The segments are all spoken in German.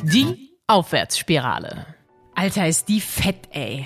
Die Aufwärtsspirale. Alter, ist die fett, ey.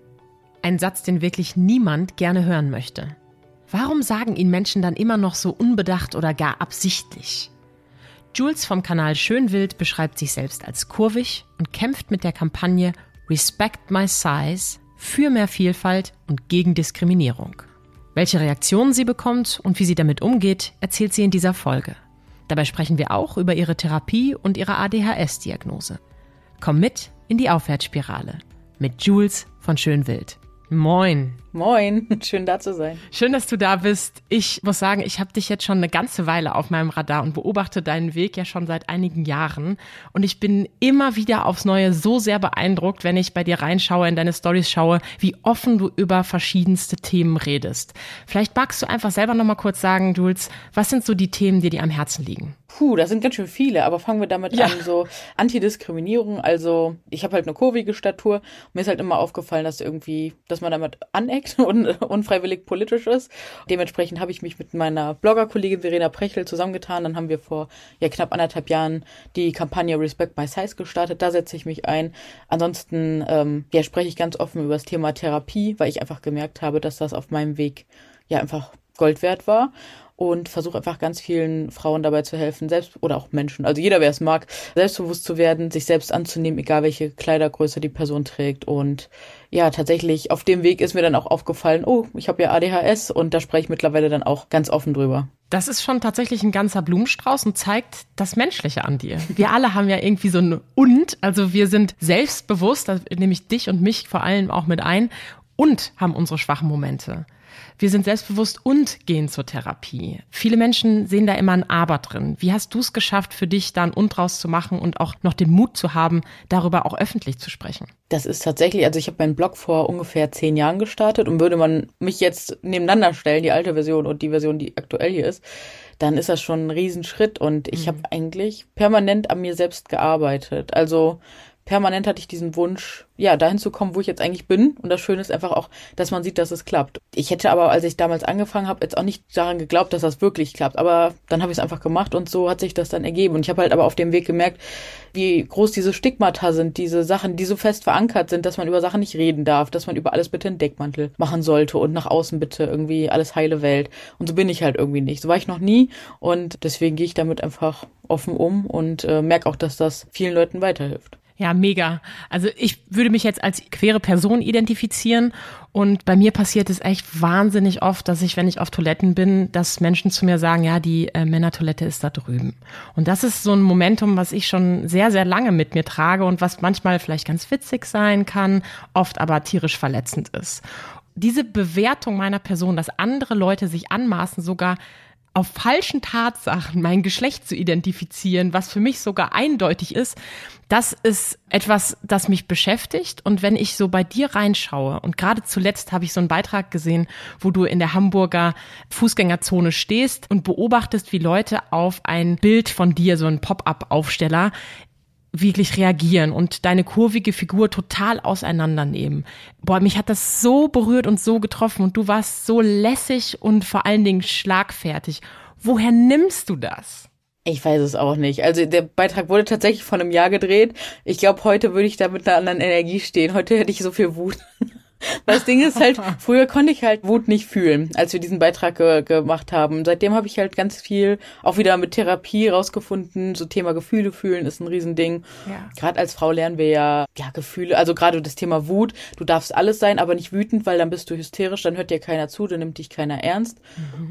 Ein Satz, den wirklich niemand gerne hören möchte. Warum sagen ihn Menschen dann immer noch so unbedacht oder gar absichtlich? Jules vom Kanal Schönwild beschreibt sich selbst als kurvig und kämpft mit der Kampagne Respect My Size für mehr Vielfalt und gegen Diskriminierung. Welche Reaktionen sie bekommt und wie sie damit umgeht, erzählt sie in dieser Folge. Dabei sprechen wir auch über ihre Therapie und ihre ADHS-Diagnose. Komm mit in die Aufwärtsspirale mit Jules von Schönwild. Moin. Moin, schön da zu sein. Schön, dass du da bist. Ich muss sagen, ich habe dich jetzt schon eine ganze Weile auf meinem Radar und beobachte deinen Weg ja schon seit einigen Jahren. Und ich bin immer wieder aufs Neue so sehr beeindruckt, wenn ich bei dir reinschaue, in deine Storys schaue, wie offen du über verschiedenste Themen redest. Vielleicht magst du einfach selber nochmal kurz sagen, Jules, was sind so die Themen, die dir am Herzen liegen? Das sind ganz schön viele, aber fangen wir damit an, so Antidiskriminierung. Also ich habe halt eine kurvige Statur. Mir ist halt immer aufgefallen, dass man damit aneckt und unfreiwillig politisch ist. Dementsprechend habe ich mich mit meiner Bloggerkollegin Verena Prechel zusammengetan. Dann haben wir vor knapp 1,5 Jahren die Kampagne Respect My Size gestartet. Da setze ich mich ein. Ansonsten spreche ich ganz offen über das Thema Therapie, weil ich einfach gemerkt habe, dass das auf meinem Weg einfach Gold wert war. Und versuche einfach ganz vielen Frauen dabei zu helfen, selbst oder auch Menschen, also jeder, wer es mag, selbstbewusst zu werden, sich selbst anzunehmen, egal welche Kleidergröße die Person trägt. Und ja, tatsächlich auf dem Weg ist mir dann auch aufgefallen, ich habe ja ADHS und da spreche ich mittlerweile dann auch ganz offen drüber. Das ist schon tatsächlich ein ganzer Blumenstrauß und zeigt das Menschliche an dir. Wir alle haben ja irgendwie so ein also wir sind selbstbewusst, da nehme ich dich und mich vor allem auch mit ein und haben unsere schwachen Momente. Wir sind selbstbewusst und gehen zur Therapie. Viele Menschen sehen da immer ein Aber drin. Wie hast du es geschafft, für dich da ein Und draus zu machen und auch noch den Mut zu haben, darüber auch öffentlich zu sprechen? Das ist tatsächlich, ich habe meinen Blog vor ungefähr 10 Jahren gestartet und würde man mich jetzt nebeneinander stellen, die alte Version und die Version, die aktuell hier ist, dann ist das schon ein Riesenschritt und ich habe eigentlich permanent an mir selbst gearbeitet. Also permanent hatte ich diesen Wunsch, dahin zu kommen, wo ich jetzt eigentlich bin. Und das Schöne ist einfach auch, dass man sieht, dass es klappt. Ich hätte aber, als ich damals angefangen habe, jetzt auch nicht daran geglaubt, dass das wirklich klappt. Aber dann habe ich es einfach gemacht und so hat sich das dann ergeben. Und ich habe halt aber auf dem Weg gemerkt, wie groß diese Stigmata sind, diese Sachen, die so fest verankert sind, dass man über Sachen nicht reden darf, dass man über alles bitte einen Deckmantel machen sollte und nach außen bitte irgendwie alles heile Welt. Und so bin ich halt irgendwie nicht. So war ich noch nie und deswegen gehe ich damit einfach offen um und merke auch, dass das vielen Leuten weiterhilft. Ja, mega. Also ich würde mich jetzt als queere Person identifizieren und bei mir passiert es echt wahnsinnig oft, dass wenn ich auf Toiletten bin, dass Menschen zu mir sagen, ja, die Männertoilette ist da drüben. Und das ist so ein Momentum, was ich schon sehr, sehr lange mit mir trage und was manchmal vielleicht ganz witzig sein kann, oft aber tierisch verletzend ist. Diese Bewertung meiner Person, dass andere Leute sich anmaßen, sogar auf falschen Tatsachen mein Geschlecht zu identifizieren, was für mich sogar eindeutig ist, das ist etwas, das mich beschäftigt. Und wenn ich so bei dir reinschaue, und gerade zuletzt habe ich so einen Beitrag gesehen, wo du in der Hamburger Fußgängerzone stehst und beobachtest, wie Leute auf ein Bild von dir, so ein Pop-up-Aufsteller, wirklich reagieren und deine kurvige Figur total auseinandernehmen. Mich hat das so berührt und so getroffen und du warst so lässig und vor allen Dingen schlagfertig. Woher nimmst du das? Ich weiß es auch nicht. Also der Beitrag wurde tatsächlich vor einem Jahr gedreht. Ich glaube, heute würde ich da mit einer anderen Energie stehen. Heute hätte ich so viel Wut. Das Ding ist halt, früher konnte ich halt Wut nicht fühlen, als wir diesen Beitrag gemacht haben. Seitdem habe ich halt ganz viel auch wieder mit Therapie rausgefunden. So Thema Gefühle fühlen ist ein Riesending. Ja. Gerade als Frau lernen wir ja Gefühle, also gerade das Thema Wut. Du darfst alles sein, aber nicht wütend, weil dann bist du hysterisch, dann hört dir keiner zu, dann nimmt dich keiner ernst.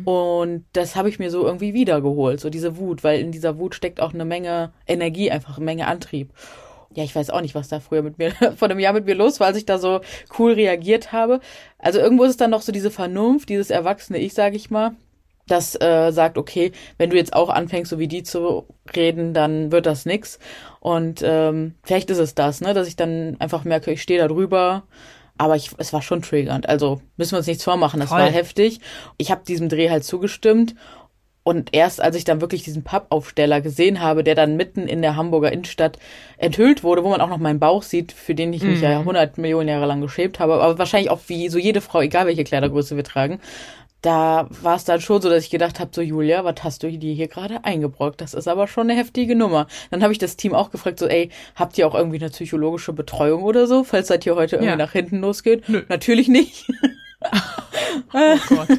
Und das habe ich mir so irgendwie wiedergeholt, so diese Wut, weil in dieser Wut steckt auch eine Menge Energie, einfach eine Menge Antrieb. Ja, ich weiß auch nicht, was da früher vor einem Jahr mit mir los war, als ich da so cool reagiert habe. Also irgendwo ist es dann noch so diese Vernunft, dieses erwachsene Ich, sage ich mal, das sagt, okay, wenn du jetzt auch anfängst, so wie die zu reden, dann wird das nix. Und vielleicht ist es das, ne, dass ich dann einfach merke, ich stehe da drüber. Aber es war schon triggernd. Also müssen wir uns nichts vormachen, das war heftig. Ich habe diesem Dreh halt zugestimmt. Und erst als ich dann wirklich diesen Pappaufsteller gesehen habe, der dann mitten in der Hamburger Innenstadt enthüllt wurde, wo man auch noch meinen Bauch sieht, für den ich mich ja 100 Millionen Jahre lang geschämt habe, aber wahrscheinlich auch wie so jede Frau, egal welche Kleidergröße wir tragen, da war es dann schon so, dass ich gedacht habe, so Julia, was hast du dir hier gerade eingebrockt? Das ist aber schon eine heftige Nummer. Dann habe ich das Team auch gefragt, so habt ihr auch irgendwie eine psychologische Betreuung oder so, falls das hier heute irgendwie nach hinten losgeht? Nö. Natürlich nicht. Oh Gott.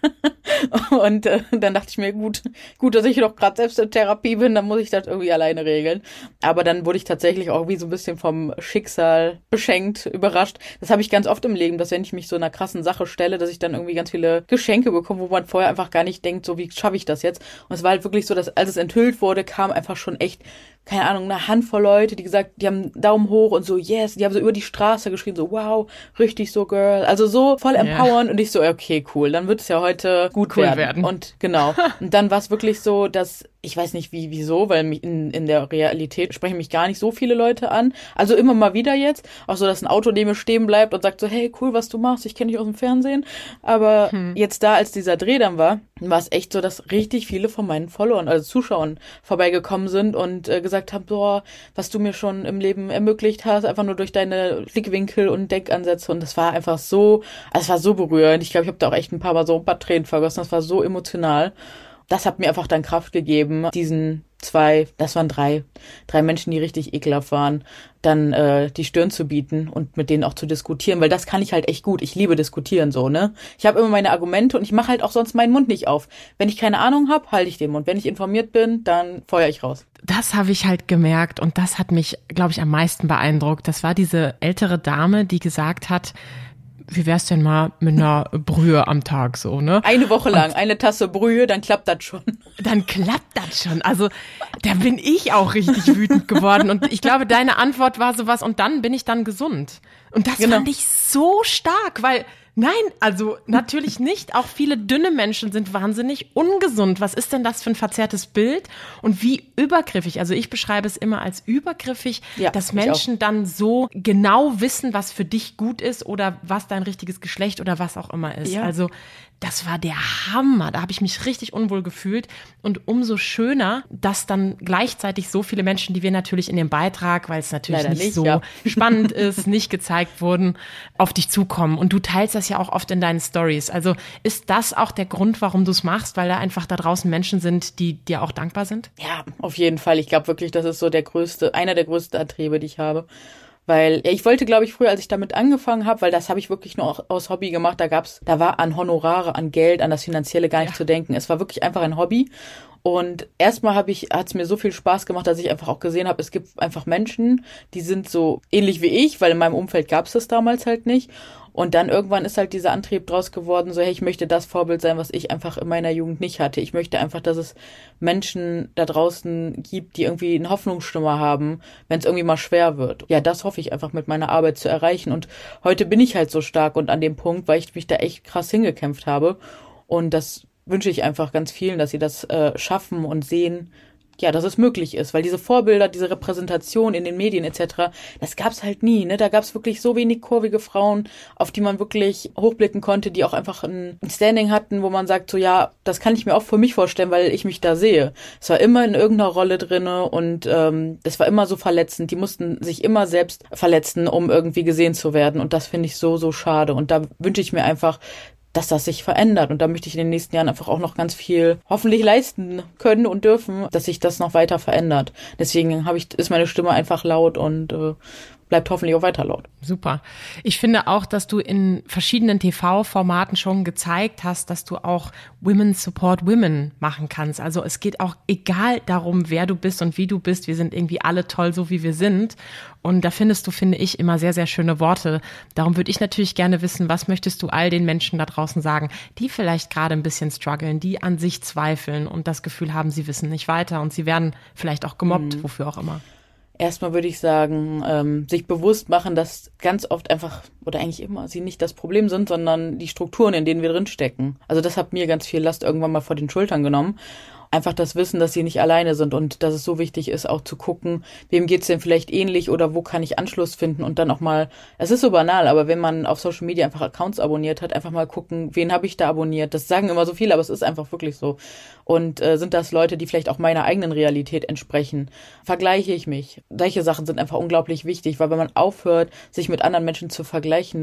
Und dann dachte ich mir, gut, dass ich doch gerade selbst in Therapie bin, dann muss ich das irgendwie alleine regeln. Aber dann wurde ich tatsächlich auch wie so ein bisschen vom Schicksal beschenkt, überrascht. Das habe ich ganz oft im Leben, dass wenn ich mich so einer krassen Sache stelle, dass ich dann irgendwie ganz viele Geschenke bekomme, wo man vorher einfach gar nicht denkt, so wie schaffe ich das jetzt? Und es war halt wirklich so, dass als es enthüllt wurde, kam einfach schon echt, keine Ahnung, eine Handvoll Leute, die haben Daumen hoch und so, yes, die haben so über die Straße geschrien, so wow, richtig so Girl. Also so voll empowernd und ich so, okay, cool, dann wird es ja heute gut werden. Und genau. Und dann war es wirklich so, dass, ich weiß nicht wieso, weil in der Realität sprechen mich gar nicht so viele Leute an. Also immer mal wieder jetzt. Auch so, dass ein Auto neben mir stehen bleibt und sagt so, hey, cool, was du machst, ich kenne dich aus dem Fernsehen. Aber jetzt da, als dieser Dreh dann war es echt so, dass richtig viele von meinen Followern, also Zuschauern, vorbeigekommen sind und gesagt haben, boah, was du mir schon im Leben ermöglicht hast, einfach nur durch deine Blickwinkel und Denkansätze. Und das war einfach so, also es war so berührend. Ich glaube, ich habe da auch echt ein paar Mal so ein paar Tränen vergossen. Das war so emotional. Das hat mir einfach dann Kraft gegeben, das waren drei Menschen, die richtig ekelhaft waren, dann die Stirn zu bieten und mit denen auch zu diskutieren, weil das kann ich halt echt gut. Ich liebe diskutieren so, ne? Ich habe immer meine Argumente und ich mache halt auch sonst meinen Mund nicht auf. Wenn ich keine Ahnung habe, halte ich den Mund. Wenn ich informiert bin, dann feuere ich raus. Das habe ich halt gemerkt und das hat mich, glaube ich, am meisten beeindruckt. Das war diese ältere Dame, die gesagt hat, wie wär's denn mal mit einer Brühe am Tag so, ne? Eine Woche lang, eine Tasse Brühe, dann klappt das schon. Dann klappt das schon. Also da bin ich auch richtig wütend geworden und ich glaube, deine Antwort war sowas und dann bin ich dann gesund. Und das fand ich so stark, weil nein, also natürlich nicht. Auch viele dünne Menschen sind wahnsinnig ungesund. Was ist denn das für ein verzerrtes Bild? Und wie übergriffig, also ich beschreibe es immer als übergriffig, dass Menschen dann so genau wissen, was für dich gut ist oder was dein richtiges Geschlecht oder was auch immer ist. Ja. Also das war der Hammer. Da habe ich mich richtig unwohl gefühlt. Und umso schöner, dass dann gleichzeitig so viele Menschen, die wir natürlich in dem Beitrag, weil es natürlich leider nicht so spannend ist, nicht gezeigt wurden, auf dich zukommen. Und du teilst das ja auch oft in deinen Stories. Also ist das auch der Grund, warum du es machst, weil da einfach da draußen Menschen sind, die dir auch dankbar sind? Ja, auf jeden Fall. Ich glaube wirklich, das ist so einer der größten Antriebe, die ich habe. Weil ich wollte, glaube ich, früher, als ich damit angefangen habe, weil das habe ich wirklich nur aus Hobby gemacht, da war an Honorare, an Geld, an das Finanzielle gar nicht zu denken. Es war wirklich einfach ein Hobby. Und erstmal hat es mir so viel Spaß gemacht, dass ich einfach auch gesehen habe, es gibt einfach Menschen, die sind so ähnlich wie ich, weil in meinem Umfeld gab es das damals halt nicht. Und dann irgendwann ist halt dieser Antrieb draus geworden, so hey, ich möchte das Vorbild sein, was ich einfach in meiner Jugend nicht hatte. Ich möchte einfach, dass es Menschen da draußen gibt, die irgendwie eine Hoffnungsstimme haben, wenn es irgendwie mal schwer wird. Ja, das hoffe ich einfach mit meiner Arbeit zu erreichen. Und heute bin ich halt so stark und an dem Punkt, weil ich mich da echt krass hingekämpft habe. Und das wünsche ich einfach ganz vielen, dass sie das schaffen und sehen, ja, dass es möglich ist, weil diese Vorbilder, diese Repräsentation in den Medien etc., das gab's halt nie, ne? Da gab's wirklich so wenig kurvige Frauen, auf die man wirklich hochblicken konnte, die auch einfach ein Standing hatten, wo man sagt, so ja, das kann ich mir auch für mich vorstellen, weil ich mich da sehe. Es war immer in irgendeiner Rolle drinne und das war immer so verletzend. Die mussten sich immer selbst verletzen, um irgendwie gesehen zu werden und das finde ich so, so schade und da wünsche ich mir einfach, dass das sich verändert. Und da möchte ich in den nächsten Jahren einfach auch noch ganz viel hoffentlich leisten können und dürfen, dass sich das noch weiter verändert. Deswegen ist meine Stimme einfach laut und bleibt hoffentlich auch weiter laut. Super. Ich finde auch, dass du in verschiedenen TV-Formaten schon gezeigt hast, dass du auch Women Support Women machen kannst. Also es geht auch egal darum, wer du bist und wie du bist. Wir sind irgendwie alle toll, so wie wir sind. Und da findest du, finde ich, immer sehr, sehr schöne Worte. Darum würde ich natürlich gerne wissen, was möchtest du all den Menschen da draußen sagen, die vielleicht gerade ein bisschen strugglen, die an sich zweifeln und das Gefühl haben, sie wissen nicht weiter und sie werden vielleicht auch gemobbt, wofür auch immer. Erstmal würde ich sagen, sich bewusst machen, dass ganz oft einfach, oder eigentlich immer, sie nicht das Problem sind, sondern die Strukturen, in denen wir drinstecken. Also das hat mir ganz viel Last irgendwann mal vor den Schultern genommen. einfach das Wissen, dass sie nicht alleine sind und dass es so wichtig ist, auch zu gucken, wem geht's denn vielleicht ähnlich oder wo kann ich Anschluss finden und dann auch mal, es ist so banal, aber wenn man auf Social Media einfach Accounts abonniert hat, einfach mal gucken, wen habe ich da abonniert. Das sagen immer so viele, aber es ist einfach wirklich so. Und sind das Leute, die vielleicht auch meiner eigenen Realität entsprechen? Vergleiche ich mich? Solche Sachen sind einfach unglaublich wichtig, weil wenn man aufhört, sich mit anderen Menschen zu vergleichen,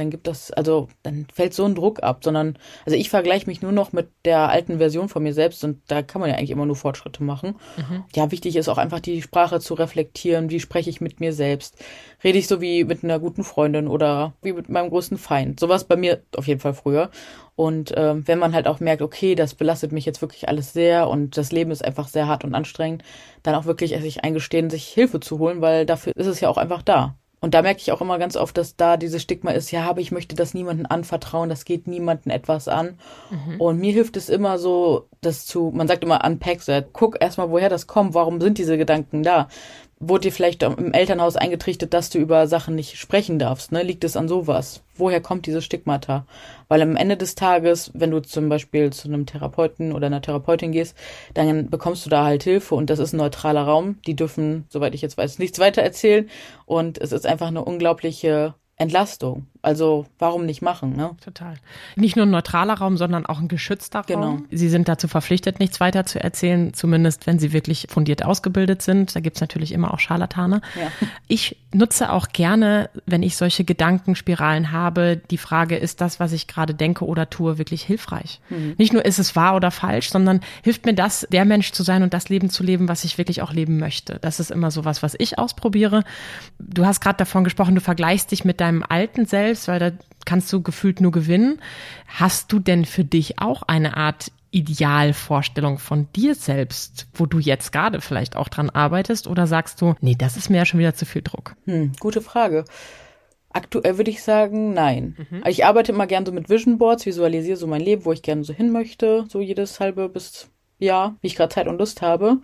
dann fällt so ein Druck ab, sondern, also ich vergleiche mich nur noch mit der alten Version von mir selbst und da kann man ja eigentlich immer nur Fortschritte machen. Ja, wichtig ist auch einfach die Sprache zu reflektieren, wie spreche ich mit mir selbst? Rede ich so wie mit einer guten Freundin oder wie mit meinem größten Feind? Sowas bei mir auf jeden Fall früher. Und wenn man halt auch merkt, okay, das belastet mich jetzt wirklich alles sehr und das Leben ist einfach sehr hart und anstrengend, dann auch wirklich sich eingestehen, sich Hilfe zu holen, weil dafür ist es ja auch einfach da. Und da merke ich auch immer ganz oft, dass da dieses Stigma ist, ja, aber ich möchte das niemandem anvertrauen, das geht niemandem etwas an. Und mir hilft es immer so, man sagt immer unpack that, guck erstmal, woher das kommt, warum sind diese Gedanken da? Wurde dir vielleicht im Elternhaus eingetrichtert, dass du über Sachen nicht sprechen darfst, ne? Liegt es an sowas? Woher kommt diese Stigmata? Weil am Ende des Tages, wenn du zum Beispiel zu einem Therapeuten oder einer Therapeutin gehst, dann bekommst du da halt Hilfe und das ist ein neutraler Raum. Die dürfen, soweit ich jetzt weiß, nichts weiter erzählen und es ist einfach eine unglaubliche Entlastung. Also warum nicht machen, ne? Total. Nicht nur ein neutraler Raum, sondern auch ein geschützter Raum. Genau. Sie sind dazu verpflichtet, nichts weiter zu erzählen, zumindest wenn sie wirklich fundiert ausgebildet sind. Da gibt's natürlich immer auch Scharlatane. Ja. Ich nutze auch gerne, wenn ich solche Gedankenspiralen habe, die Frage, ist das, was ich gerade denke oder tue, wirklich hilfreich? Nicht nur ist es wahr oder falsch, sondern hilft mir das, der Mensch zu sein und das Leben zu leben, was ich wirklich auch leben möchte. Das ist immer so was ich ausprobiere. Du hast gerade davon gesprochen, du vergleichst dich mit deinem alten Selbst, weil da kannst du gefühlt nur gewinnen. Hast du denn für dich auch eine Art Idealvorstellung von dir selbst, wo du jetzt gerade vielleicht auch dran arbeitest? Oder sagst du, nee, das ist mir ja schon wieder zu viel Druck? Gute Frage. Aktuell würde ich sagen, nein. Ich arbeite immer gern so mit Vision Boards, visualisiere so mein Leben, wo ich gerne so hin möchte, so jedes halbe bis Jahr, wie ich gerade Zeit und Lust habe.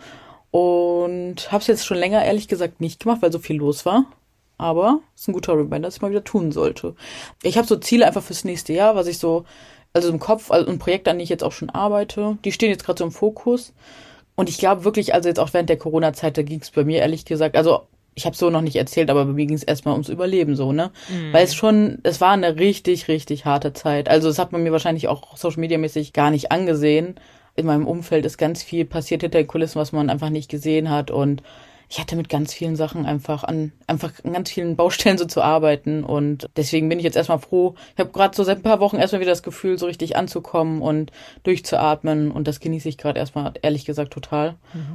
Und habe es jetzt schon länger, ehrlich gesagt, nicht gemacht, weil so viel los war. Aber es ist ein guter Reminder, dass ich mal wieder tun sollte. Ich habe so Ziele einfach fürs nächste Jahr, was ich so, also im Kopf, also ein Projekt, an dem ich jetzt auch schon arbeite. Die stehen jetzt gerade so im Fokus. Und ich glaube wirklich, also jetzt auch während der Corona-Zeit, da ging es bei mir ehrlich gesagt, also ich habe so noch nicht erzählt, aber bei mir ging es erstmal ums Überleben so, ne? Weil es war eine richtig, richtig harte Zeit. Also das hat man mir wahrscheinlich auch Social-Media-mäßig gar nicht angesehen. In meinem Umfeld ist ganz viel passiert hinter den Kulissen, was man einfach nicht gesehen hat und ich hatte mit ganz vielen Sachen einfach an ganz vielen Baustellen so zu arbeiten und deswegen bin ich jetzt erstmal froh. Ich habe gerade so seit ein paar Wochen erstmal wieder das Gefühl, so richtig anzukommen und durchzuatmen und das genieße ich gerade erstmal, ehrlich gesagt, total.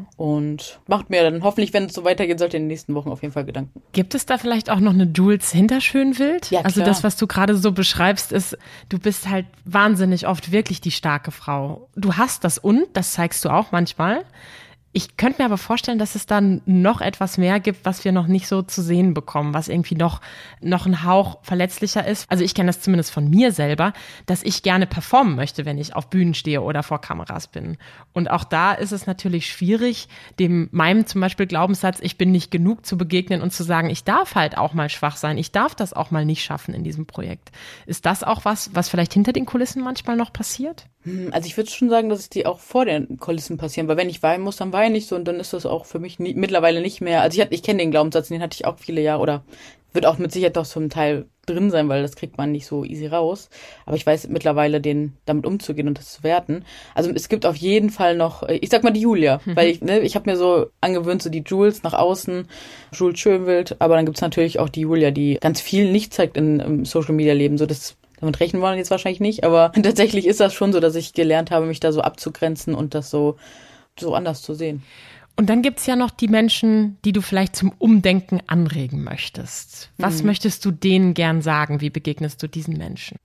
Und macht mir dann hoffentlich, wenn es so weitergeht, sollte in den nächsten Wochen auf jeden Fall Gedanken. Gibt es da vielleicht auch noch eine Jules hinter Schönwild? Ja, klar. Also das, was du gerade so beschreibst, ist, du bist halt wahnsinnig oft wirklich die starke Frau. Du hast das das zeigst du auch manchmal. Ich könnte mir aber vorstellen, dass es dann noch etwas mehr gibt, was wir noch nicht so zu sehen bekommen, was irgendwie noch ein Hauch verletzlicher ist. Also ich kenne das zumindest von mir selber, dass ich gerne performen möchte, wenn ich auf Bühnen stehe oder vor Kameras bin. Und auch da ist es natürlich schwierig, meinem zum Beispiel Glaubenssatz, ich bin nicht genug, zu begegnen und zu sagen, ich darf halt auch mal schwach sein, ich darf das auch mal nicht schaffen in diesem Projekt. Ist das auch was vielleicht hinter den Kulissen manchmal noch passiert? Also ich würde schon sagen, dass es die auch vor den Kulissen passieren, weil wenn ich weinen muss, dann weine ich so und dann ist das auch für mich mittlerweile nicht mehr. Also ich kenne den Glaubenssatz, den hatte ich auch viele Jahre oder wird auch mit Sicherheit doch zum Teil drin sein, weil das kriegt man nicht so easy raus. Aber ich weiß mittlerweile, damit umzugehen und das zu werten. Also es gibt auf jeden Fall noch, ich sag mal die Julia, weil ich habe mir so angewöhnt, so die Jules nach außen, Jules Schönwild, aber dann gibt's natürlich auch die Julia, die ganz viel nicht zeigt im Social-Media-Leben, so damit rechnen wollen jetzt wahrscheinlich nicht, aber tatsächlich ist das schon so, dass ich gelernt habe, mich da so abzugrenzen und das so anders zu sehen. Und dann gibt's ja noch die Menschen, die du vielleicht zum Umdenken anregen möchtest. Was möchtest du denen gern sagen? Wie begegnest du diesen Menschen?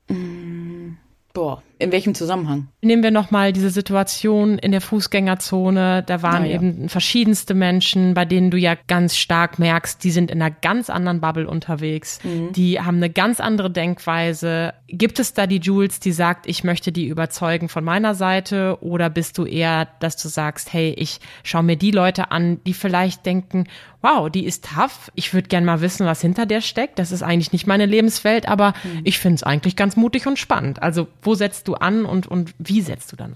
In welchem Zusammenhang? Nehmen wir nochmal diese Situation in der Fußgängerzone. Da waren eben verschiedenste Menschen, bei denen du ja ganz stark merkst, die sind in einer ganz anderen Bubble unterwegs. Die haben eine ganz andere Denkweise. Gibt es da die Jules, die sagt, ich möchte die überzeugen von meiner Seite? Oder bist du eher, dass du sagst, hey, ich schaue mir die Leute an, die vielleicht denken, wow, die ist tough. Ich würde gern mal wissen, was hinter der steckt. Das ist eigentlich nicht meine Lebenswelt, aber ich finde es eigentlich ganz mutig und spannend. Also wo setzt du an und wie setzt du dann an?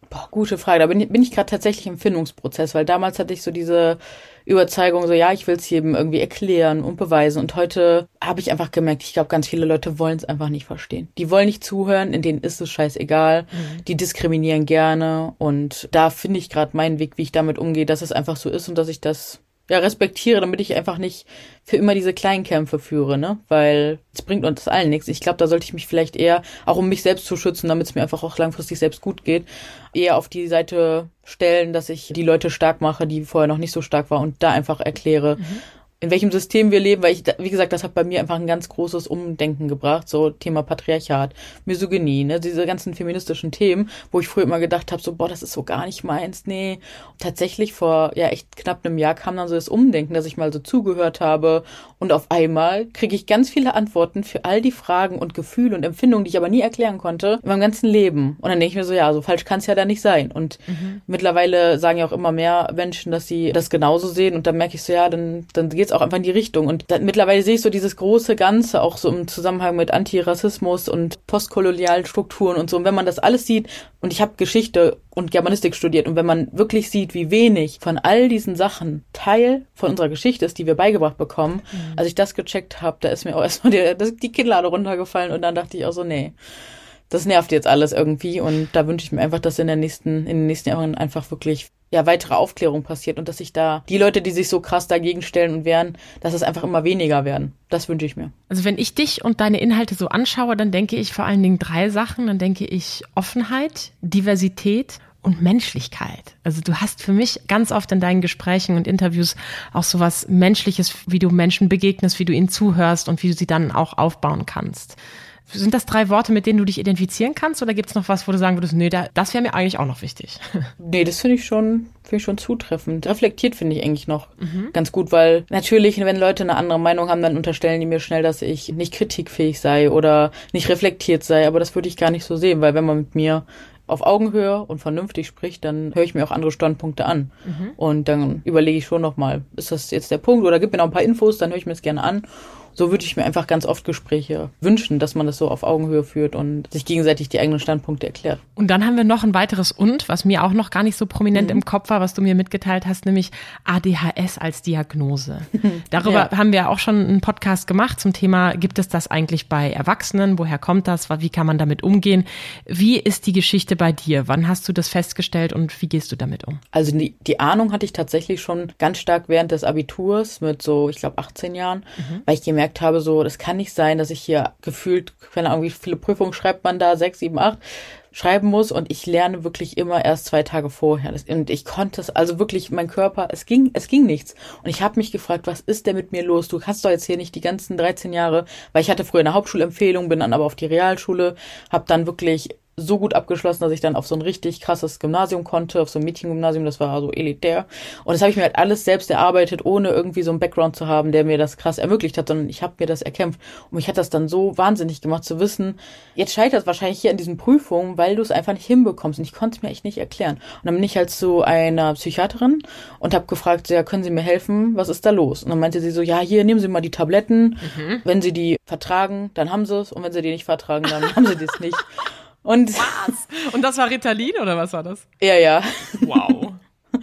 Boah, gute Frage. Da bin ich gerade tatsächlich im Findungsprozess, weil damals hatte ich so diese Überzeugung, so ja, ich will es jedem irgendwie erklären und beweisen. Und heute habe ich einfach gemerkt, ich glaube, ganz viele Leute wollen es einfach nicht verstehen. Die wollen nicht zuhören, in denen ist es scheißegal. Die diskriminieren gerne. Und da finde ich gerade meinen Weg, wie ich damit umgehe, dass es einfach so ist und dass ich das respektiere, damit ich einfach nicht für immer diese kleinen Kämpfe führe, ne? Weil es bringt uns allen nichts. Ich glaube, da sollte ich mich vielleicht eher, auch um mich selbst zu schützen, damit es mir einfach auch langfristig selbst gut geht, eher auf die Seite stellen, dass ich die Leute stark mache, die vorher noch nicht so stark waren und da einfach erkläre, in welchem System wir leben, weil wie gesagt, das hat bei mir einfach ein ganz großes Umdenken gebracht, so Thema Patriarchat, Misogynie, ne, diese ganzen feministischen Themen, wo ich früher immer gedacht habe, so, boah, das ist so gar nicht meins, nee. Und tatsächlich vor, echt knapp einem Jahr kam dann so das Umdenken, dass ich mal so zugehört habe und auf einmal kriege ich ganz viele Antworten für all die Fragen und Gefühle und Empfindungen, die ich aber nie erklären konnte, in meinem ganzen Leben. Und dann denke ich mir so, ja, so falsch kann es ja da nicht sein. Und mittlerweile sagen ja auch immer mehr Menschen, dass sie das genauso sehen und dann merke ich so, ja, dann geht's auch einfach in die Richtung. Und mittlerweile sehe ich so dieses große Ganze, auch so im Zusammenhang mit Antirassismus und postkolonialen Strukturen und so. Und wenn man das alles sieht, und ich habe Geschichte und Germanistik studiert, und wenn man wirklich sieht, wie wenig von all diesen Sachen Teil von unserer Geschichte ist, die wir beigebracht bekommen, als ich das gecheckt habe, da ist mir auch erstmal die Kinnlade runtergefallen und dann dachte ich auch so, nee, das nervt jetzt alles irgendwie. Und da wünsche ich mir einfach, dass in den nächsten Jahren einfach wirklich weitere Aufklärung passiert und dass sich da die Leute, die sich so krass dagegen stellen und wehren, dass es einfach immer weniger werden. Das wünsche ich mir. Also wenn ich dich und deine Inhalte so anschaue, dann denke ich vor allen Dingen 3 Sachen. Dann denke ich Offenheit, Diversität und Menschlichkeit. Also du hast für mich ganz oft in deinen Gesprächen und Interviews auch sowas Menschliches, wie du Menschen begegnest, wie du ihnen zuhörst und wie du sie dann auch aufbauen kannst. Sind das 3 Worte, mit denen du dich identifizieren kannst, oder gibt es noch was, wo du sagen würdest, nee, das wäre mir eigentlich auch noch wichtig? Nee, das finde ich schon zutreffend. Reflektiert finde ich eigentlich noch ganz gut, weil natürlich, wenn Leute eine andere Meinung haben, dann unterstellen die mir schnell, dass ich nicht kritikfähig sei oder nicht reflektiert sei, aber das würde ich gar nicht so sehen, weil wenn man mit mir auf Augenhöhe und vernünftig spricht, dann höre ich mir auch andere Standpunkte an. Und dann überlege ich schon nochmal, ist das jetzt der Punkt oder gib mir noch ein paar Infos, dann höre ich mir das gerne an. So würde ich mir einfach ganz oft Gespräche wünschen, dass man das so auf Augenhöhe führt und sich gegenseitig die eigenen Standpunkte erklärt. Und dann haben wir noch ein weiteres was mir auch noch gar nicht so prominent im Kopf war, was du mir mitgeteilt hast, nämlich ADHS als Diagnose. Darüber haben wir auch schon einen Podcast gemacht zum Thema, gibt es das eigentlich bei Erwachsenen? Woher kommt das? Wie kann man damit umgehen? Wie ist die Geschichte bei dir? Wann hast du das festgestellt und wie gehst du damit um? Also die Ahnung hatte ich tatsächlich schon ganz stark während des Abiturs mit so, ich glaube, 18 Jahren, weil ich gemerkt habe, so, das kann nicht sein, dass ich hier gefühlt, keine Ahnung, wie viele Prüfungen schreibt man da, 6, 7, 8, schreiben muss und ich lerne wirklich immer erst 2 Tage vorher. Und ich konnte es, also wirklich, mein Körper, es ging nichts. Und ich habe mich gefragt, was ist denn mit mir los? Du hast doch jetzt hier nicht die ganzen 13 Jahre, weil ich hatte früher eine Hauptschulempfehlung, bin dann aber auf die Realschule, habe dann wirklich so gut abgeschlossen, dass ich dann auf so ein richtig krasses Gymnasium konnte, auf so ein Mädchengymnasium, das war so elitär. Und das habe ich mir halt alles selbst erarbeitet, ohne irgendwie so einen Background zu haben, der mir das krass ermöglicht hat, sondern ich habe mir das erkämpft. Und mich hat das dann so wahnsinnig gemacht zu wissen, jetzt scheitert es wahrscheinlich hier an diesen Prüfungen, weil du es einfach nicht hinbekommst. Und ich konnte es mir echt nicht erklären. Und dann bin ich halt zu einer Psychiaterin und habe gefragt, so, ja, können Sie mir helfen? Was ist da los? Und dann meinte sie so, ja, hier, nehmen Sie mal die Tabletten. Wenn Sie die vertragen, dann haben Sie es. Und wenn Sie die nicht vertragen, dann haben Sie das nicht. Und was? Und das war Ritalin oder was war das? Ja. Wow.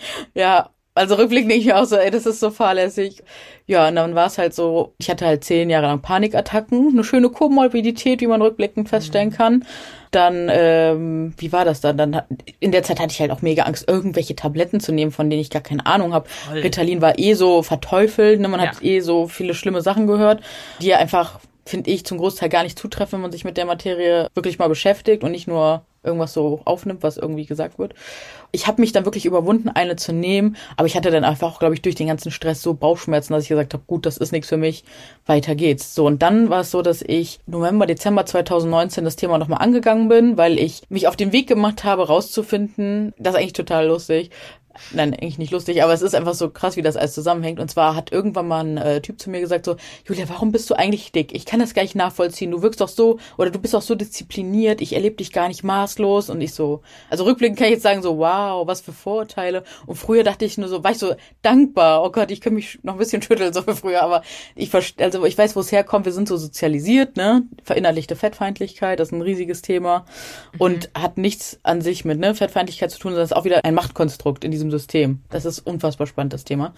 Ja, also rückblickend denke ich mir auch so, ey, das ist so fahrlässig. Ja, und dann war es halt so, ich hatte halt 10 Jahre lang Panikattacken, eine schöne Komorbidität, wie man rückblickend feststellen kann. Dann, wie war das dann? Dann in der Zeit hatte ich halt auch mega Angst, irgendwelche Tabletten zu nehmen, von denen ich gar keine Ahnung habe. Ritalin war so verteufelt, ne? Man hat so viele schlimme Sachen gehört, die ja einfach, finde ich, zum Großteil gar nicht zutreffen, wenn man sich mit der Materie wirklich mal beschäftigt und nicht nur irgendwas so aufnimmt, was irgendwie gesagt wird. Ich habe mich dann wirklich überwunden, eine zu nehmen, aber ich hatte dann einfach auch, glaube ich, durch den ganzen Stress so Bauchschmerzen, dass ich gesagt habe, gut, das ist nichts für mich, weiter geht's. So, und dann war es so, dass ich November, Dezember 2019 das Thema nochmal angegangen bin, weil ich mich auf den Weg gemacht habe, rauszufinden, das ist eigentlich total lustig, Nein, eigentlich nicht lustig, aber es ist einfach so krass, wie das alles zusammenhängt. Und zwar hat irgendwann mal ein Typ zu mir gesagt so, Julia, warum bist du eigentlich dick? Ich kann das gar nicht nachvollziehen. Du wirkst doch so, oder du bist doch so diszipliniert. Ich erlebe dich gar nicht maßlos. Und ich so, also rückblickend kann ich jetzt sagen so, wow, was für Vorurteile. Und früher dachte ich nur so, war ich so dankbar. Oh Gott, ich kann mich noch ein bisschen schütteln so für früher. Aber ich weiß, wo es herkommt. Wir sind so sozialisiert, ne? Verinnerlichte Fettfeindlichkeit, das ist ein riesiges Thema. Und hat nichts an sich mit Fettfeindlichkeit zu tun, sondern ist auch wieder ein Machtkonstrukt in diesem System. Das ist unfassbar spannend, das Thema.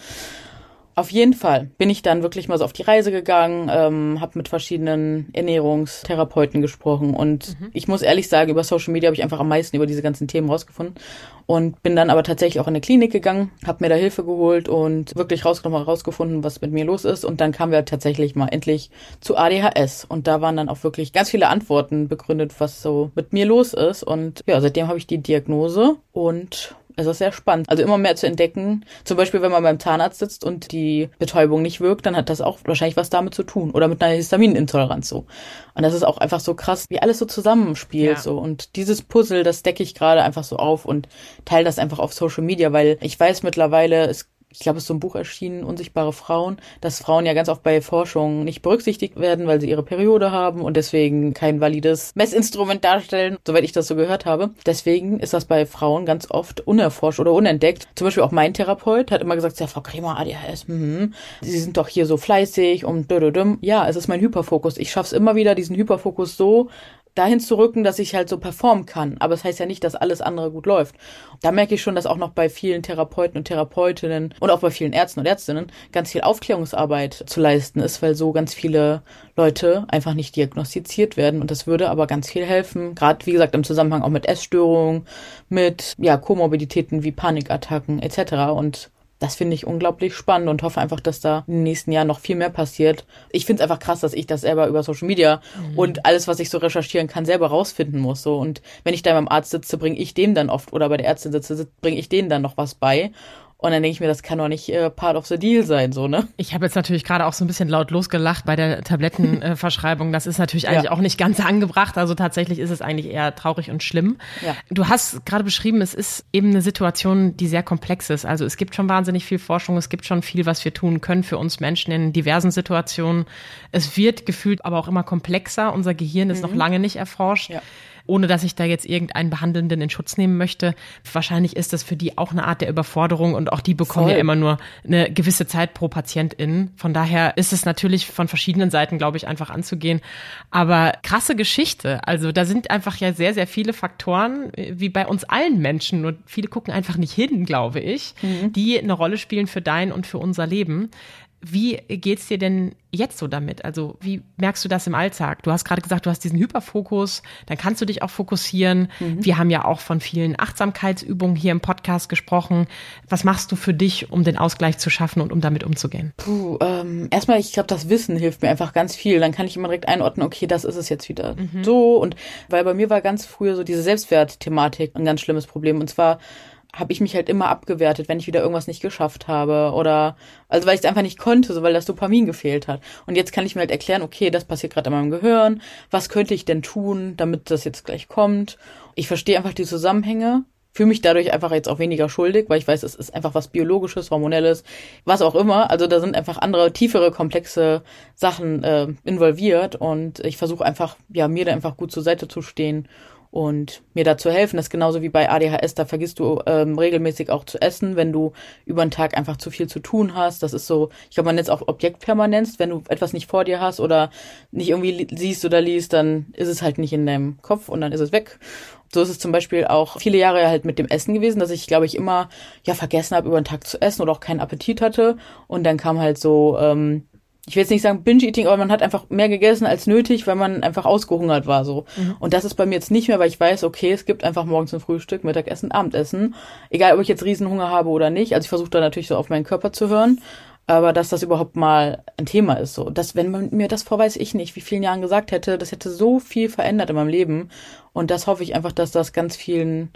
Auf jeden Fall bin ich dann wirklich mal so auf die Reise gegangen, habe mit verschiedenen Ernährungstherapeuten gesprochen und ich muss ehrlich sagen, über Social Media habe ich einfach am meisten über diese ganzen Themen rausgefunden und bin dann aber tatsächlich auch in eine Klinik gegangen, habe mir da Hilfe geholt und wirklich rausgefunden, was mit mir los ist und dann kamen wir tatsächlich mal endlich zu ADHS und da waren dann auch wirklich ganz viele Antworten begründet, was so mit mir los ist und ja, seitdem habe ich die Diagnose und es ist sehr spannend. Also immer mehr zu entdecken. Zum Beispiel, wenn man beim Zahnarzt sitzt und die Betäubung nicht wirkt, dann hat das auch wahrscheinlich was damit zu tun. Oder mit einer Histaminintoleranz so. Und das ist auch einfach so krass, wie alles so zusammenspielt. Ja. So. Und dieses Puzzle, das decke ich gerade einfach so auf und teile das einfach auf Social Media, weil ich weiß mittlerweile, ich glaube, es ist so ein Buch erschienen, Unsichtbare Frauen, dass Frauen ja ganz oft bei Forschung nicht berücksichtigt werden, weil sie ihre Periode haben und deswegen kein valides Messinstrument darstellen, soweit ich das so gehört habe. Deswegen ist das bei Frauen ganz oft unerforscht oder unentdeckt. Zum Beispiel auch mein Therapeut hat immer gesagt, ja, Frau Kremer, ADHS, Sie sind doch hier so fleißig und ja, es ist mein Hyperfokus. Ich schaff's immer wieder, diesen Hyperfokus so dahin zu rücken, dass ich halt so performen kann. Aber es heißt ja nicht, dass alles andere gut läuft. Da merke ich schon, dass auch noch bei vielen Therapeuten und Therapeutinnen und auch bei vielen Ärzten und Ärztinnen ganz viel Aufklärungsarbeit zu leisten ist, weil so ganz viele Leute einfach nicht diagnostiziert werden. Und das würde aber ganz viel helfen. Gerade, wie gesagt, im Zusammenhang auch mit Essstörungen, mit Komorbiditäten wie Panikattacken etc. Und das finde ich unglaublich spannend und hoffe einfach, dass da in den nächsten Jahren noch viel mehr passiert. Ich finde es einfach krass, dass ich das selber über Social Media und alles, was ich so recherchieren kann, selber rausfinden muss. So. Und wenn ich da beim Arzt sitze, bringe ich dem dann oft, oder bei der Ärztin sitze, bringe ich denen dann noch was bei. Und dann denke ich mir, das kann doch nicht part of the deal sein, so, ne? Ich habe jetzt natürlich gerade auch so ein bisschen laut losgelacht bei der Tablettenverschreibung. Das ist natürlich eigentlich auch nicht ganz angebracht. Also tatsächlich ist es eigentlich eher traurig und schlimm. Ja. Du hast gerade beschrieben, es ist eben eine Situation, die sehr komplex ist. Also es gibt schon wahnsinnig viel Forschung, es gibt schon viel, was wir tun können für uns Menschen in diversen Situationen. Es wird gefühlt aber auch immer komplexer. Unser Gehirn ist noch lange nicht erforscht. Ja. Ohne dass ich da jetzt irgendeinen Behandelnden in Schutz nehmen möchte. Wahrscheinlich ist das für die auch eine Art der Überforderung und auch die bekommen ja immer nur eine gewisse Zeit pro PatientIn. Von daher ist es natürlich von verschiedenen Seiten, glaube ich, einfach anzugehen. Aber krasse Geschichte. Also da sind einfach ja sehr, sehr viele Faktoren, wie bei uns allen Menschen. Und viele gucken einfach nicht hin, glaube ich, die eine Rolle spielen für dein und für unser Leben. Wie geht's dir denn jetzt so damit? Also wie merkst du das im Alltag? Du hast gerade gesagt, du hast diesen Hyperfokus, dann kannst du dich auch fokussieren. Wir haben ja auch von vielen Achtsamkeitsübungen hier im Podcast gesprochen. Was machst du für dich, um den Ausgleich zu schaffen und um damit umzugehen? Erstmal, ich glaube, das Wissen hilft mir einfach ganz viel. Dann kann ich immer direkt einordnen, okay, das ist es jetzt wieder so. Und weil bei mir war ganz früher so diese Selbstwertthematik ein ganz schlimmes Problem. Und zwar habe ich mich halt immer abgewertet, wenn ich wieder irgendwas nicht geschafft habe oder, also weil ich es einfach nicht konnte, so weil das Dopamin gefehlt hat. Und jetzt kann ich mir halt erklären, okay, das passiert gerade in meinem Gehirn, was könnte ich denn tun, damit das jetzt gleich kommt? Ich verstehe einfach die Zusammenhänge, fühle mich dadurch einfach jetzt auch weniger schuldig, weil ich weiß, es ist einfach was Biologisches, Hormonelles, was auch immer. Also da sind einfach andere, tiefere, komplexe Sachen involviert und ich versuche einfach, mir da einfach gut zur Seite zu stehen und mir da zu helfen. Das ist genauso wie bei ADHS, da vergisst du regelmäßig auch zu essen, wenn du über den Tag einfach zu viel zu tun hast. Das ist so, ich glaube, man nennt es auch Objektpermanenz. Wenn du etwas nicht vor dir hast oder nicht irgendwie siehst oder liest, dann ist es halt nicht in deinem Kopf und dann ist es weg. So ist es zum Beispiel auch viele Jahre halt mit dem Essen gewesen, dass ich, glaube ich, immer vergessen habe, über den Tag zu essen oder auch keinen Appetit hatte. Und dann kam halt so ich will jetzt nicht sagen Binge-Eating, aber man hat einfach mehr gegessen als nötig, weil man einfach ausgehungert war so. Und das ist bei mir jetzt nicht mehr, weil ich weiß, okay, es gibt einfach morgens ein Frühstück, Mittagessen, Abendessen. Egal, ob ich jetzt Riesenhunger habe oder nicht. Also ich versuche da natürlich so auf meinen Körper zu hören. Aber dass das überhaupt mal ein Thema ist, so. Dass, wenn man mir das vor weiß ich nicht, wie vielen Jahren gesagt hätte, das hätte so viel verändert in meinem Leben. Und das hoffe ich einfach, dass das ganz vielen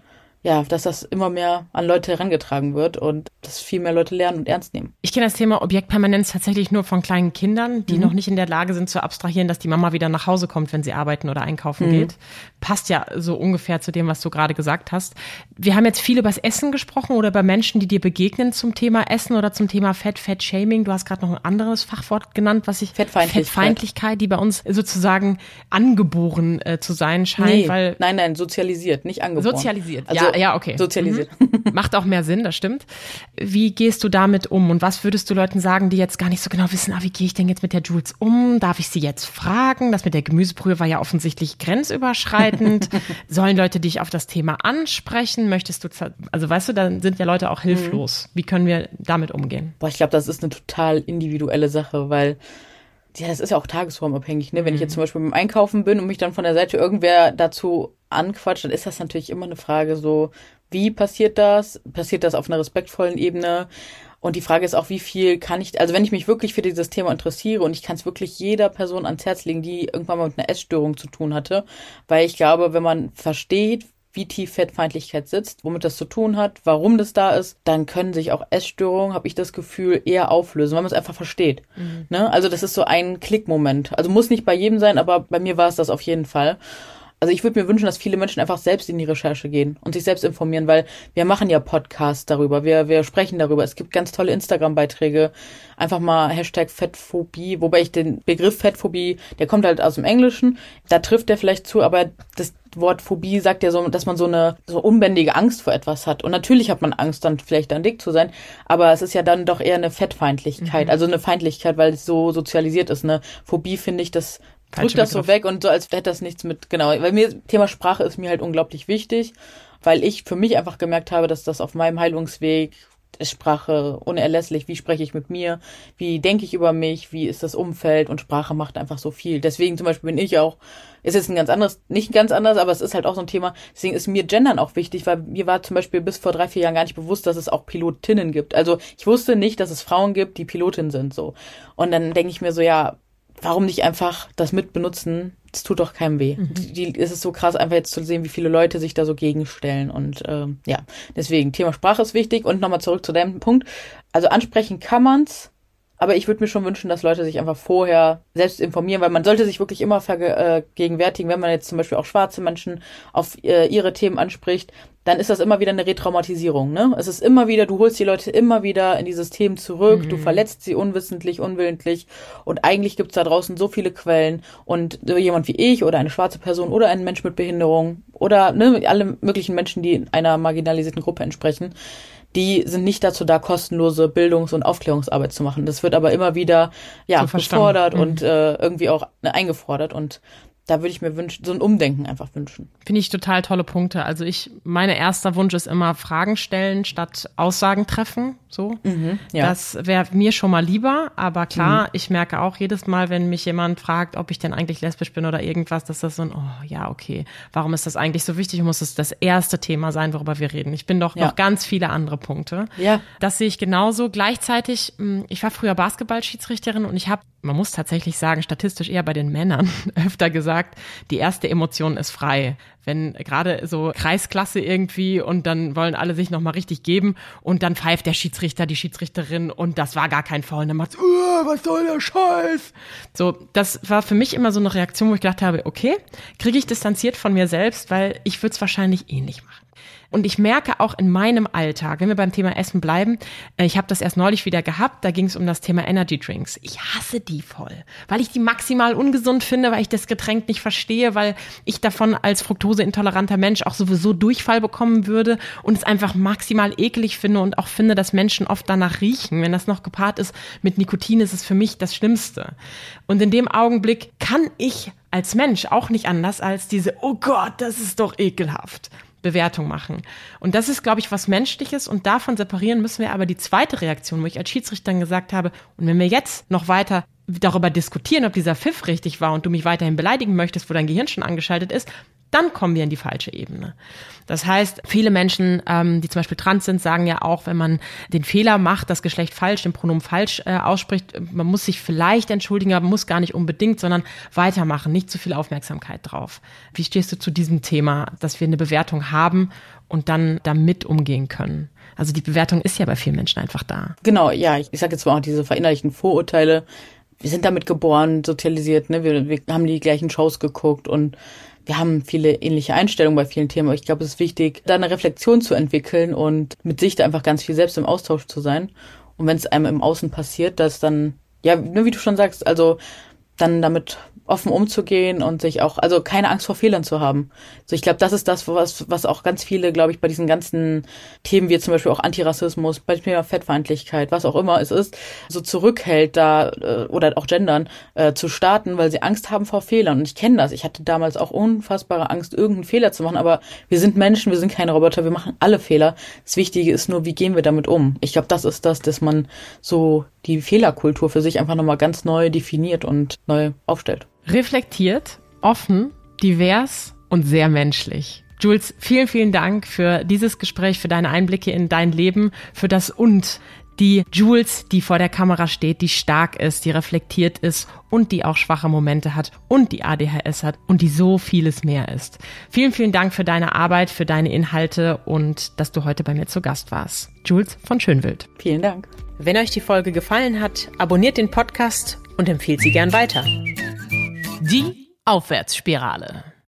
ja, dass das immer mehr an Leute herangetragen wird und dass viel mehr Leute lernen und ernst nehmen. Ich kenne das Thema Objektpermanenz tatsächlich nur von kleinen Kindern, die noch nicht in der Lage sind zu abstrahieren, dass die Mama wieder nach Hause kommt, wenn sie arbeiten oder einkaufen geht. Passt ja so ungefähr zu dem, was du gerade gesagt hast. Wir haben jetzt viel über das Essen gesprochen oder über Menschen, die dir begegnen zum Thema Essen oder zum Thema Fat-Shaming. Du hast gerade noch ein anderes Fachwort genannt, was ich Fettfeindlichkeit, die bei uns sozusagen angeboren zu sein scheint. Nee, nein, sozialisiert, nicht angeboren. Sozialisiert, also, ja, okay. Sozialisiert. Macht auch mehr Sinn, das stimmt. Wie gehst du damit um und was würdest du Leuten sagen, die jetzt gar nicht so genau wissen, wie gehe ich denn jetzt mit der Jules um? Darf ich sie jetzt fragen? Das mit der Gemüsebrühe war ja offensichtlich grenzüberschreitend. Sollen Leute dich auf das Thema ansprechen? Möchtest du, also weißt du, dann sind ja Leute auch hilflos. Wie können wir damit umgehen? Ich glaube, das ist eine total individuelle Sache, weil ja, das ist ja auch tagesformabhängig, ne? Wenn ich jetzt zum Beispiel beim Einkaufen bin und mich dann von der Seite irgendwer dazu anquatscht, dann ist das natürlich immer eine Frage so, wie passiert das? Passiert das auf einer respektvollen Ebene? Und die Frage ist auch, wie viel kann ich, also wenn ich mich wirklich für dieses Thema interessiere und ich kann es wirklich jeder Person ans Herz legen, die irgendwann mal mit einer Essstörung zu tun hatte, weil ich glaube, wenn man versteht, wie tief Fettfeindlichkeit sitzt, womit das zu tun hat, warum das da ist, dann können sich auch Essstörungen, habe ich das Gefühl, eher auflösen, weil man es einfach versteht. Ne? Also das ist so ein Klickmoment. Also muss nicht bei jedem sein, aber bei mir war es das auf jeden Fall. Also ich würde mir wünschen, dass viele Menschen einfach selbst in die Recherche gehen und sich selbst informieren, weil wir machen ja Podcasts darüber, wir sprechen darüber. Es gibt ganz tolle Instagram-Beiträge, einfach mal #Fettphobie, wobei ich den Begriff Fettphobie, der kommt halt aus dem Englischen, da trifft der vielleicht zu, aber das Wort Phobie sagt ja so, dass man so eine so unbändige Angst vor etwas hat. Und natürlich hat man Angst, dann vielleicht dann dick zu sein, aber es ist ja dann doch eher eine Fettfeindlichkeit, also eine Feindlichkeit, weil es so sozialisiert ist. Eine Phobie, finde ich, das drückt das so weg und so, als hätte das nichts mit, genau, weil Thema Sprache ist mir halt unglaublich wichtig, weil ich für mich einfach gemerkt habe, dass das auf meinem Heilungsweg ist Sprache unerlässlich. Wie spreche ich mit mir? Wie denke ich über mich? Wie ist das Umfeld? Und Sprache macht einfach so viel. Deswegen zum Beispiel bin ich auch, ist jetzt ein ganz anderes, nicht ganz anders, aber es ist halt auch so ein Thema. Deswegen ist mir Gendern auch wichtig, weil mir war zum Beispiel bis vor 3-4 Jahren gar nicht bewusst, dass es auch Pilotinnen gibt. Also ich wusste nicht, dass es Frauen gibt, die Pilotin sind, so. Und dann denke ich mir so, ja, warum nicht einfach das mitbenutzen? Das tut doch keinem weh. Es ist so krass, einfach jetzt zu sehen, wie viele Leute sich da so gegenstellen. Und ja, deswegen, Thema Sprache ist wichtig. Und nochmal zurück zu deinem Punkt. Also ansprechen kann man's, aber ich würde mir schon wünschen, dass Leute sich einfach vorher selbst informieren, weil man sollte sich wirklich immer vergegenwärtigen, wenn man jetzt zum Beispiel auch schwarze Menschen auf ihre Themen anspricht, dann ist das immer wieder eine Retraumatisierung, ne? Es ist immer wieder, du holst die Leute immer wieder in dieses Thema zurück, du verletzt sie unwissentlich, unwillentlich und eigentlich gibt's da draußen so viele Quellen und so jemand wie ich oder eine schwarze Person oder ein Mensch mit Behinderung oder alle möglichen Menschen, die einer marginalisierten Gruppe entsprechen, die sind nicht dazu da, kostenlose Bildungs- und Aufklärungsarbeit zu machen. Das wird aber immer wieder so gefordert und irgendwie auch eingefordert und da würde ich mir wünschen, so ein Umdenken einfach wünschen. Finde ich total tolle Punkte. Also mein erster Wunsch ist immer Fragen stellen statt Aussagen treffen. So. Ja. Das wäre mir schon mal lieber. Aber klar, ich merke auch jedes Mal, wenn mich jemand fragt, ob ich denn eigentlich lesbisch bin oder irgendwas, dass das so ein, oh ja, okay, warum ist das eigentlich so wichtig? Muss es das erste Thema sein, worüber wir reden? Ich bin doch noch ganz viele andere Punkte. Ja. Das sehe ich genauso. Gleichzeitig, ich war früher Basketballschiedsrichterin und ich habe, man muss tatsächlich sagen, statistisch eher bei den Männern öfter gesagt, die erste Emotion ist frei. Wenn gerade so Kreisklasse irgendwie und dann wollen alle sich nochmal richtig geben und dann pfeift der Schiedsrichter, die Schiedsrichterin und das war gar kein Foul. Und dann macht's, was soll der Scheiß? So, das war für mich immer so eine Reaktion, wo ich gedacht habe, okay, kriege ich distanziert von mir selbst, weil ich würde es wahrscheinlich ähnlich machen. Und ich merke auch in meinem Alltag, wenn wir beim Thema Essen bleiben, ich habe das erst neulich wieder gehabt, da ging es um das Thema Energy Drinks. Ich hasse die voll, weil ich die maximal ungesund finde, weil ich das Getränk nicht verstehe, weil ich davon als fruktoseintoleranter Mensch auch sowieso Durchfall bekommen würde und es einfach maximal eklig finde und auch finde, dass Menschen oft danach riechen. Wenn das noch gepaart ist mit Nikotin, ist es für mich das Schlimmste. Und in dem Augenblick kann ich als Mensch auch nicht anders als diese, oh Gott, das ist doch ekelhaft, Bewertung machen. Und das ist, glaube ich, was Menschliches und davon separieren müssen wir aber die zweite Reaktion, wo ich als Schiedsrichterin gesagt habe, und wenn wir jetzt noch weiter darüber diskutieren, ob dieser Pfiff richtig war und du mich weiterhin beleidigen möchtest, wo dein Gehirn schon angeschaltet ist, dann kommen wir in die falsche Ebene. Das heißt, viele Menschen, die zum Beispiel trans sind, sagen ja auch, wenn man den Fehler macht, das Geschlecht falsch, den Pronomen falsch ausspricht, man muss sich vielleicht entschuldigen, aber muss gar nicht unbedingt, sondern weitermachen, nicht zu viel Aufmerksamkeit drauf. Wie stehst du zu diesem Thema, dass wir eine Bewertung haben und dann damit umgehen können? Also die Bewertung ist ja bei vielen Menschen einfach da. Genau, ja, ich sage jetzt mal auch diese verinnerlichten Vorurteile. Wir sind damit geboren, sozialisiert, ne? Wir haben die gleichen Shows geguckt und wir haben viele ähnliche Einstellungen bei vielen Themen. Aber ich glaube, es ist wichtig, da eine Reflexion zu entwickeln und mit sich da einfach ganz viel selbst im Austausch zu sein. Und wenn es einem im Außen passiert, dass dann, ja, wie du schon sagst, also dann damit offen umzugehen und sich auch, also keine Angst vor Fehlern zu haben. So, ich glaube, das ist das, was auch ganz viele, glaube ich, bei diesen ganzen Themen wie zum Beispiel auch Antirassismus, bei dem Thema Fettfeindlichkeit, was auch immer es ist, so zurückhält, da oder auch Gendern zu starten, weil sie Angst haben vor Fehlern. Und ich kenne das. Ich hatte damals auch unfassbare Angst, irgendeinen Fehler zu machen, aber wir sind Menschen, wir sind keine Roboter, wir machen alle Fehler. Das Wichtige ist nur, wie gehen wir damit um? Ich glaube, das ist das, dass man so die Fehlerkultur für sich einfach nochmal ganz neu definiert und neu aufstellt. Reflektiert, offen, divers und sehr menschlich. Jules, vielen, vielen Dank für dieses Gespräch, für deine Einblicke in dein Leben, für das und die Jules, die vor der Kamera steht, die stark ist, die reflektiert ist und die auch schwache Momente hat und die ADHS hat und die so vieles mehr ist. Vielen, vielen Dank für deine Arbeit, für deine Inhalte und dass du heute bei mir zu Gast warst. Jules von Schönwild. Vielen Dank. Wenn euch die Folge gefallen hat, abonniert den Podcast und empfehlt sie gern weiter. Die Aufwärtsspirale.